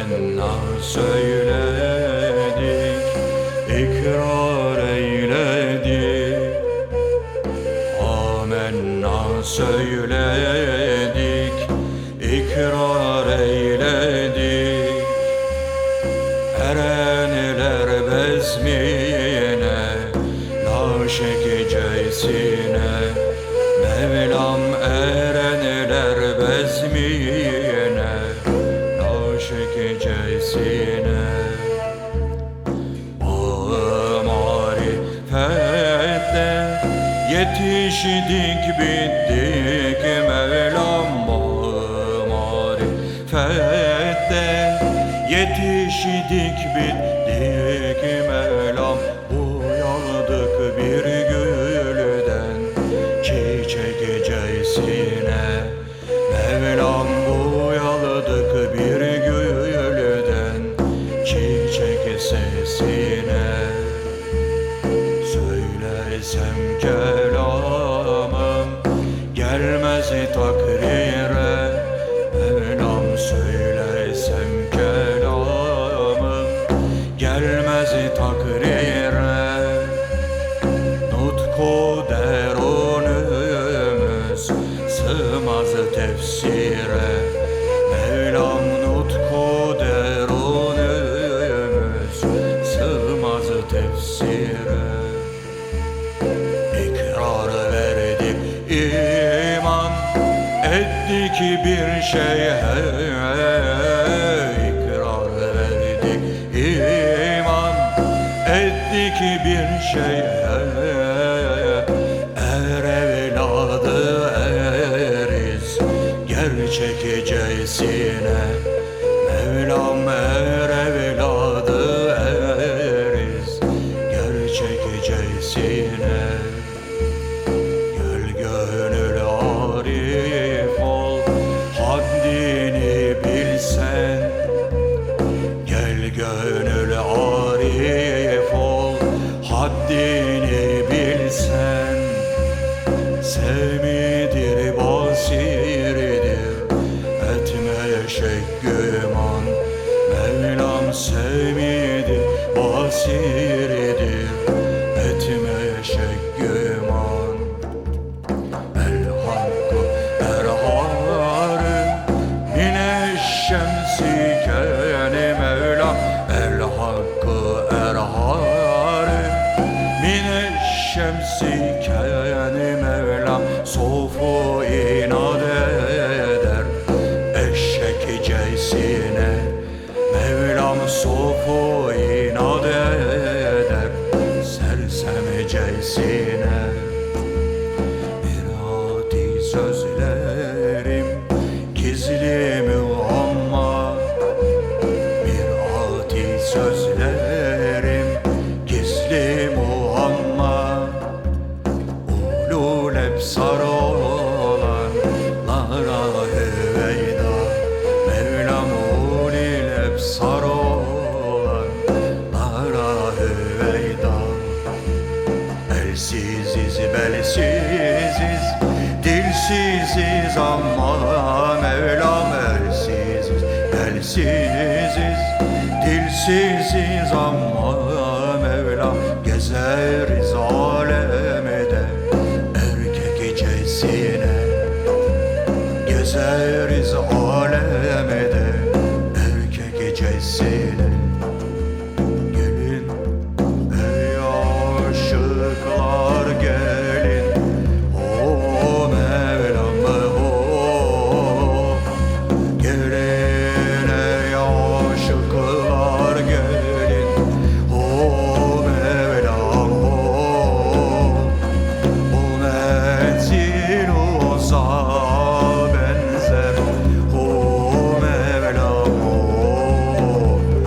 amenna söyledik, ikrar eyledik. Amenna söyledik, ikrar eyledik. Erenler bezmine, naşek ceysine, Mevlam erenler bezmine, naşek ceysine. Bağı marifette yetiştik bittik Mevlam. Bağı marifette yetiştik bittik Mevlam. Uyandık bir gülden çiçek ceysine, Mevlam uyandık bir gülden çiçek sesine. Söylesem kelamım gelmez takrire, Mevlam söylesem kelamım gelmez takrire. Nutku derunumuz sığmaz tefsire, Mevlam nutku derunumuz sığmaz tefsire. İkrar verdik, iman ettik bir şeye, ikrar verdik, iman ettik bir şeye. Er evladı eriz gerçek ceysine, Mevlam er evladı eriz gerçek ceysine. Gel gönül arif ol, haddini bilsen. Gel gönül arif ol, haddini bilsen. Semidir basirdir, etme şek güman, Mevlam semidir basirdir, etme şek güman. El hakkı erharı mineşşemsi kâne Mevlam. El hakkı erharı mineşşemsi kâne Mevlam. Sofu inat eder eşek ceysine, Mevlam sofu inat eder sersem ceysine. Bir ati sözlerim gizli müamma, bir ati sözlerim gizli muamma. Ulul ebsar olanlara hüveyda, Mevlam ulul ebsar olanlara hüveyda. Elsiziz belsiziz dilsiziz ama Mevlam elsiziz belsiziz dilsiziz ama Mevlam. Gezeriz alemede erkek ceysine, gezeriz alemede erkek ceysine. Gelin ey aşıklar gelin, o Mevlam o. Gelin ey aşıklar gelin, o Mevlam o. O menzil uzağa benzer, o Mevlam o.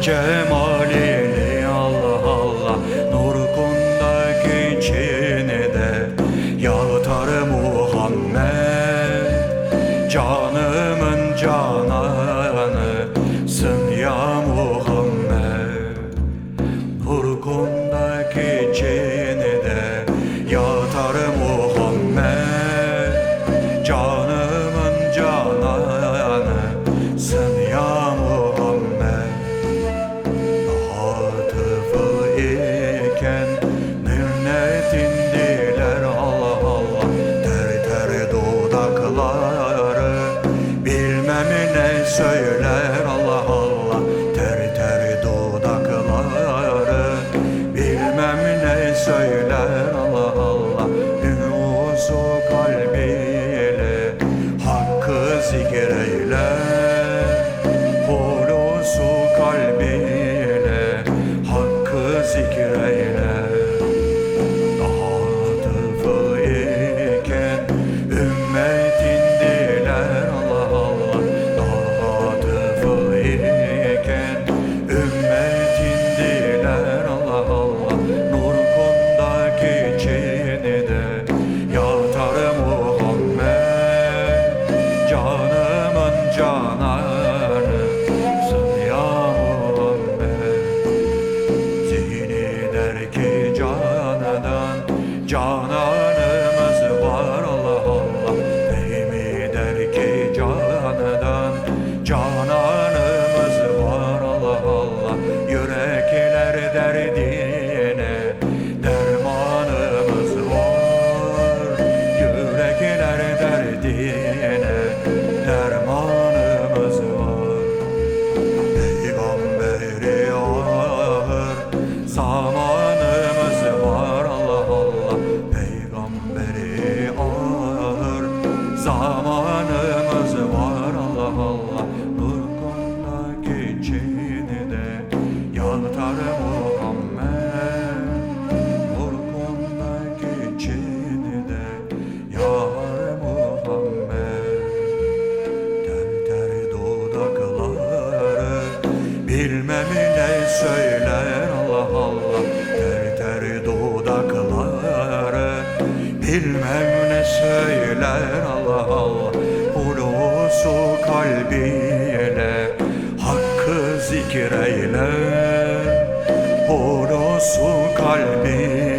cemalini Allah Allah, nur kundaki içine de yatar Muhammed. Canımın cananısın ya Muhammed. Nur kundaki içine de yatar Muhammed. Canımın cananısın ya Muhammed. Atıfı iken münnetindiler Allah Allah. Ter ter dudakları bilmem ne söyler Allah Allah. Ter ter dudakları bilmem ne söyler Allah Allah. Ümuzu kalbiyle hakkı zikreyle, hulusu kalbiyle hakkı zikreyle. Atıfı iken ümmetindiler Allah Allah. Atıfı iken ümmetindiler Allah Allah. Nur kundaki içine de yatar Muhammed. Canımın cananısın ya Muhammed. Zihni der ki candan cananımız var Allah Allah. Fehmi der ki candan cananımız var Allah Allah. Yürekler derdine dermanımız var. Yürekler derdine dermanımız var. Peygamberi ağır zamanımız var Allah Allah. Peygamberi ağır zamanımız var Allah Allah. Nur kundaki içine de yatar Muhammed. Nur kundaki içine de yar Muhammed. Ter ter dudakları bilmem ne söyler Allah Allah. Ter ter dudakları bilmem ne söyler Allah Allah. Hulusu kalbiyle hakkı zikreyle, hulusu kalbiyle